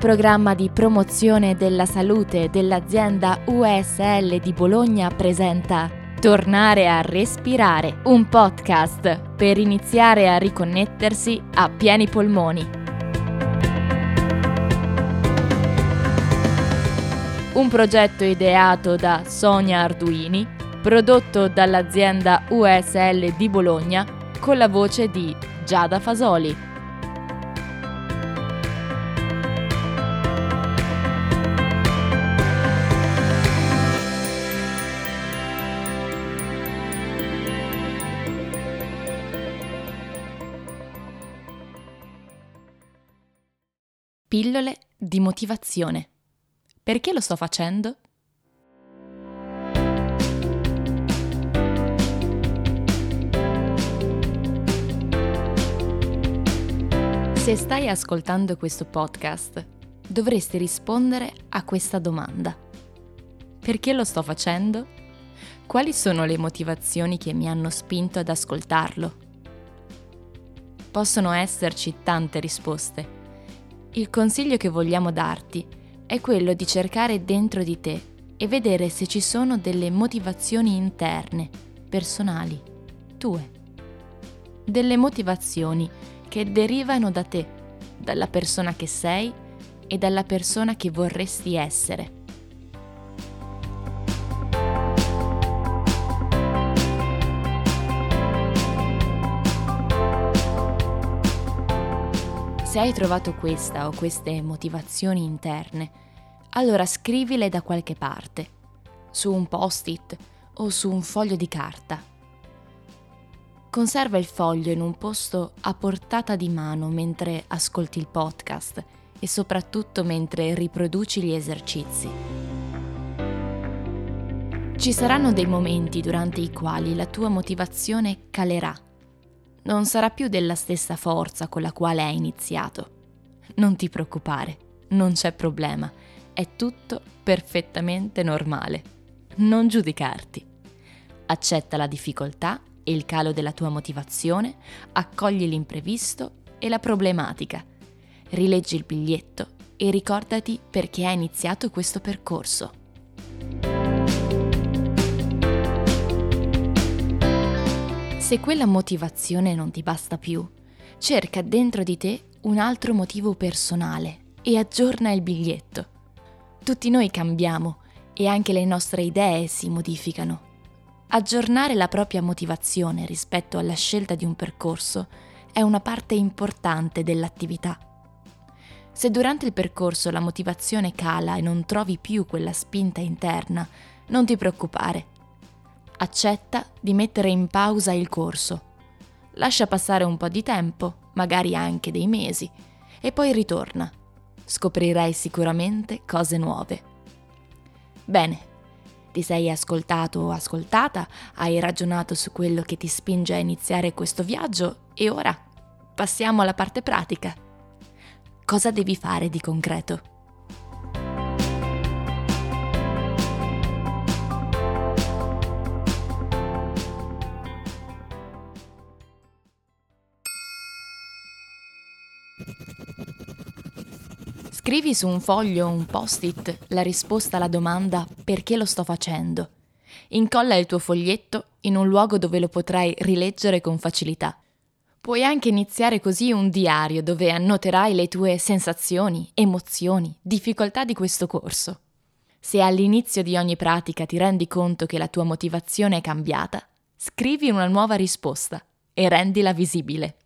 programma di promozione della salute dell'azienda USL di Bologna presenta Tornare a respirare, un podcast per iniziare a riconnettersi a pieni polmoni. Un progetto ideato da Sonia Arduini, prodotto dall'azienda USL di Bologna con la voce di Giada Fasoli. Pillole di motivazione. Perché lo sto facendo? Se stai ascoltando questo podcast, dovresti rispondere a questa domanda. Perché lo sto facendo? Quali sono le motivazioni che mi hanno spinto ad ascoltarlo? Possono esserci tante risposte. Il consiglio che vogliamo darti è quello di cercare dentro di te e vedere se ci sono delle motivazioni interne, personali, tue. Delle motivazioni che derivano da te, dalla persona che sei e dalla persona che vorresti essere. Se hai trovato questa o queste motivazioni interne, allora scrivile da qualche parte, su un post-it o su un foglio di carta. Conserva il foglio in un posto a portata di mano mentre ascolti il podcast e soprattutto mentre riproduci gli esercizi. Ci saranno dei momenti durante i quali la tua motivazione calerà. Non sarà più della stessa forza con la quale hai iniziato. Non ti preoccupare, non c'è problema, è tutto perfettamente normale. Non giudicarti. Accetta la difficoltà e il calo della tua motivazione, accogli l'imprevisto e la problematica. Rileggi il biglietto e ricordati perché hai iniziato questo percorso. Se quella motivazione non ti basta più, cerca dentro di te un altro motivo personale e aggiorna il biglietto. Tutti noi cambiamo e anche le nostre idee si modificano. Aggiornare la propria motivazione rispetto alla scelta di un percorso è una parte importante dell'attività. Se durante il percorso la motivazione cala e non trovi più quella spinta interna, non ti preoccupare. Accetta di mettere in pausa il corso. Lascia passare un po' di tempo, magari anche dei mesi, e poi ritorna. Scoprirai sicuramente cose nuove. Bene, ti sei ascoltato o ascoltata, hai ragionato su quello che ti spinge a iniziare questo viaggio e ora passiamo alla parte pratica. Cosa devi fare di concreto? Scrivi su un foglio o un post-it la risposta alla domanda «Perché lo sto facendo?». Incolla il tuo foglietto in un luogo dove lo potrai rileggere con facilità. Puoi anche iniziare così un diario dove annoterai le tue sensazioni, emozioni, difficoltà di questo corso. Se all'inizio di ogni pratica ti rendi conto che la tua motivazione è cambiata, scrivi una nuova risposta e rendila visibile.